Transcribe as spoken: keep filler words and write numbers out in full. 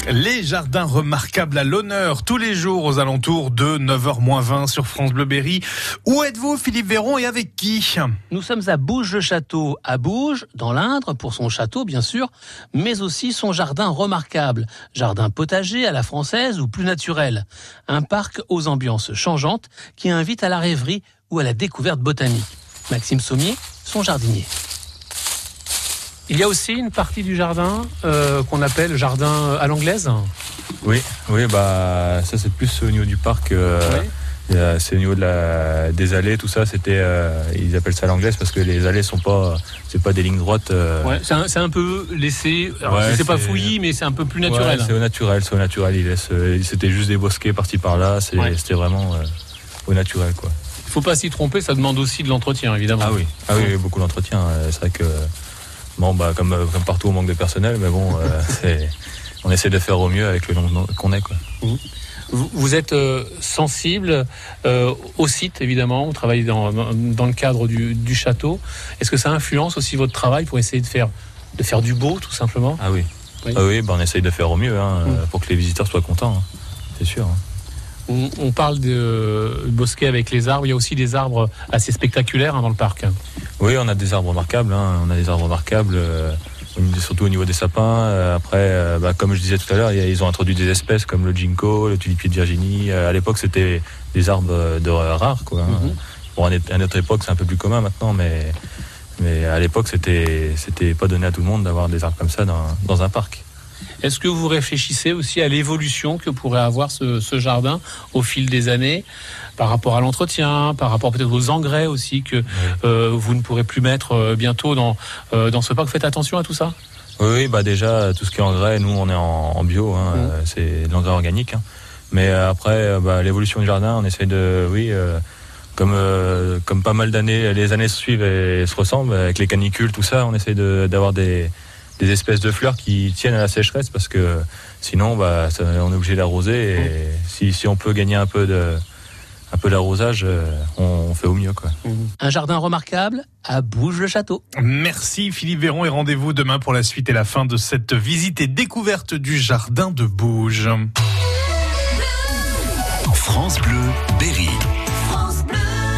Les jardins remarquables à l'honneur tous les jours aux alentours de neuf heures moins vingt sur France Bleu Berry. Où êtes-vous, Philippe Véron, et avec qui ? Nous sommes à Bouges-le-Château, à Bouges, dans l'Indre, pour son château bien sûr, mais aussi son jardin remarquable. Jardin potager à la française ou plus naturel. Un parc aux ambiances changeantes qui invite à la rêverie ou à la découverte botanique. Maxime Sommier, son jardinier. Il y a aussi une partie du jardin euh, qu'on appelle jardin à l'anglaise. Oui, oui, bah ça c'est plus au niveau du parc. Euh, oui. a, c'est au niveau de la, des allées, tout ça. C'était, euh, ils appellent ça à l'anglaise parce que les allées sont pas, c'est pas des lignes droites. Euh... Ouais, c'est, un, c'est un peu laissé. Alors, ouais, c'est, c'est pas fouillis, mais c'est un peu plus naturel. Ouais, c'est au naturel, c'est au naturel. Il laisse, c'était juste des bosquets par-ci par-là. C'est, ouais. C'était vraiment euh, au naturel, quoi. Il faut pas s'y tromper. Ça demande aussi de l'entretien, évidemment. Ah oui, ah oui, beaucoup d'entretien. C'est vrai que. Bon, bah, comme, comme partout, on manque de personnel, mais bon, euh, c'est, on essaie de faire au mieux avec le nombre qu'on est, quoi. Vous, vous êtes euh, sensible euh, au site, évidemment. Vous travaillez dans, dans, dans le cadre du, du château. Est-ce que ça influence aussi votre travail pour essayer de faire, de faire du beau, tout simplement ? Ah oui, oui, ah oui bah, on essaye de faire au mieux, hein, mmh. pour que les visiteurs soient contents, hein. C'est sûr. Hein. On, on parle de bosquets avec les arbres. Il y a aussi des arbres assez spectaculaires, hein, dans le parc. Oui, on a des arbres remarquables. Hein. On a des arbres remarquables, euh, surtout au niveau des sapins. Euh, après, euh, bah, comme je disais tout à l'heure, ils ont introduit des espèces comme le ginkgo, le tulipier de Virginie. Euh, à l'époque, c'était des arbres de rares, quoi. Hein. Mm-hmm. Bon, à notre époque, c'est un peu plus commun maintenant, mais, mais à l'époque, c'était, c'était pas donné à tout le monde d'avoir des arbres comme ça dans, dans un parc. Est-ce que vous réfléchissez aussi à l'évolution que pourrait avoir ce, ce jardin au fil des années, par rapport à l'entretien, par rapport peut-être aux engrais aussi que oui. euh, vous ne pourrez plus mettre euh, bientôt dans, euh, dans ce parc ? Faites attention à tout ça ? Oui, bah déjà, tout ce qui est engrais, nous on est en, en bio, hein, mmh. euh, c'est de l'engrais organique. Hein. Mais euh, après, bah, l'évolution du jardin, on essaie de... oui. Euh, Comme, euh, comme pas mal d'années, les années se suivent et se ressemblent, avec les canicules, tout ça, on essaie de, d'avoir des, des espèces de fleurs qui tiennent à la sécheresse, parce que sinon, bah, ça, on est obligé d'arroser, et si, si on peut gagner un peu, de, un peu d'arrosage, on, on fait au mieux, quoi. Un jardin remarquable à Bouges-le-Château. Merci Philippe Véron, et rendez-vous demain pour la suite et la fin de cette visite et découverte du jardin de Bouges. France Bleu Berry.